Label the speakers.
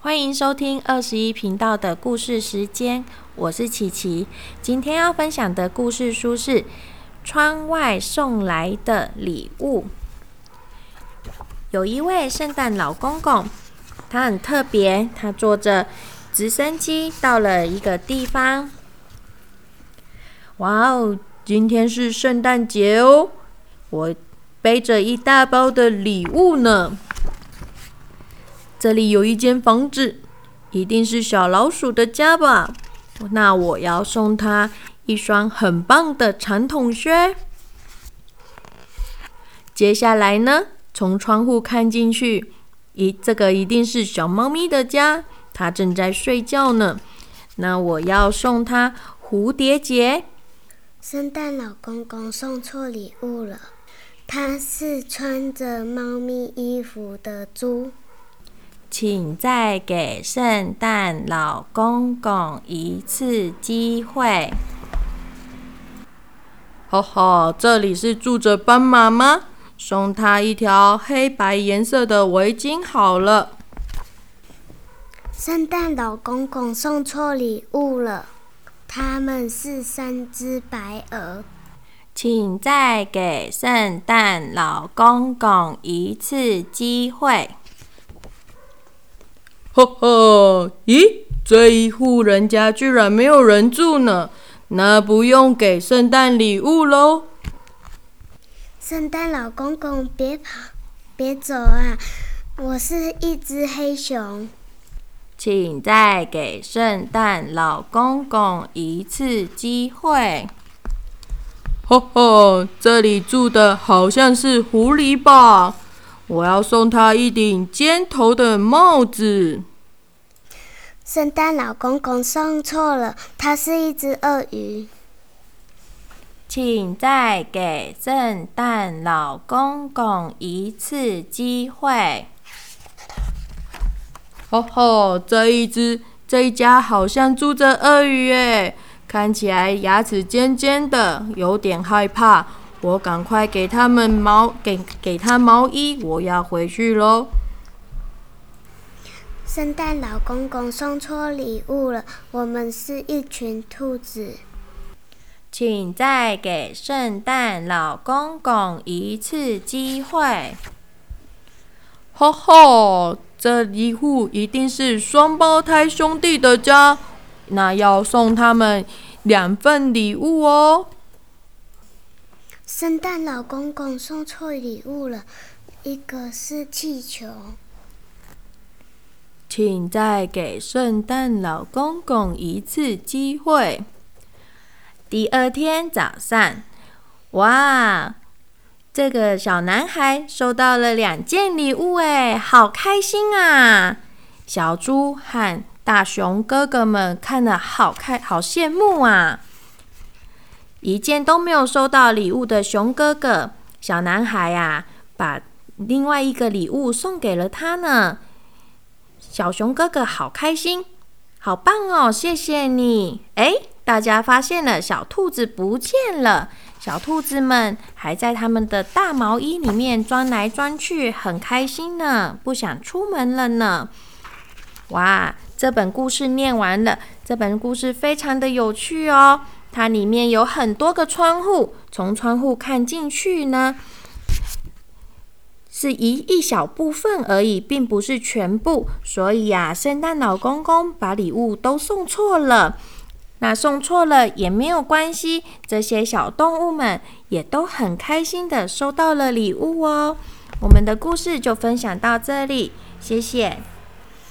Speaker 1: 欢迎收听21频道的故事时间，我是琪琪。今天要分享的故事书是《窗外送来的礼物》。有一位圣诞老公公，他很特别，他坐着直升机到了一个地方。哇哦，今天是圣诞节哦，我背着一大包的礼物呢。这里有一间房子，一定是小老鼠的家吧？那我要送它一双很棒的长筒靴。接下来呢，从窗户看进去，这个一定是小猫咪的家，它正在睡觉呢。那我要送它蝴蝶结。
Speaker 2: 圣诞老公公送错礼物了，他是穿着猫咪衣服的猪。
Speaker 1: 请再给圣诞老公公一次机会。哈哈，这里是住着斑马吗？送他一条黑白颜色的围巾好了。
Speaker 2: 圣诞老公公送错礼物了，他们是3只白鹅。
Speaker 1: 请再给圣诞老公公一次机会。呵呵，咦，这一户人家居然没有人住呢，那不用给圣诞礼物咯。
Speaker 2: 圣诞老公公，别跑，别走啊！我是一只黑熊。
Speaker 1: 请再给圣诞老公公一次机会。呵呵，这里住的好像是狐狸吧？我要送他一顶尖头的帽子。
Speaker 2: 圣诞老公公送错了，他是一只鳄鱼。
Speaker 1: 请再给圣诞老公公一次机会。吼吼，这一家好像住着鳄鱼耶，看起来牙齿尖尖的，有点害怕。我赶快给他们给他毛衣，我要回去咯。
Speaker 2: 圣诞老公公送错礼物了，我们是一群兔子。
Speaker 1: 请再给圣诞老公公一次机会。吼吼，这一户一定是双胞胎兄弟的家，那要送他们2份礼物哦。
Speaker 2: 圣诞老公公送错礼物了，一个是气球。
Speaker 1: 请再给圣诞老公公一次机会。第2天早上，哇，这个小男孩收到了2件礼物耶，好开心啊！小猪和大熊哥哥们看了好羡慕啊！一件都没有收到礼物的熊哥哥，小男孩啊，把另外一个礼物送给了他呢。小熊哥哥好开心，好棒哦，谢谢你！大家发现了小兔子不见了，小兔子们还在他们的大毛衣里面钻来钻去，很开心呢，不想出门了呢。哇，这本故事念完了，这本故事非常的有趣哦。它里面有很多个窗户，从窗户看进去呢，是一小部分而已，并不是全部。所以啊，圣诞老公公把礼物都送错了。那送错了也没有关系，这些小动物们也都很开心的收到了礼物哦。我们的故事就分享到这里，谢谢。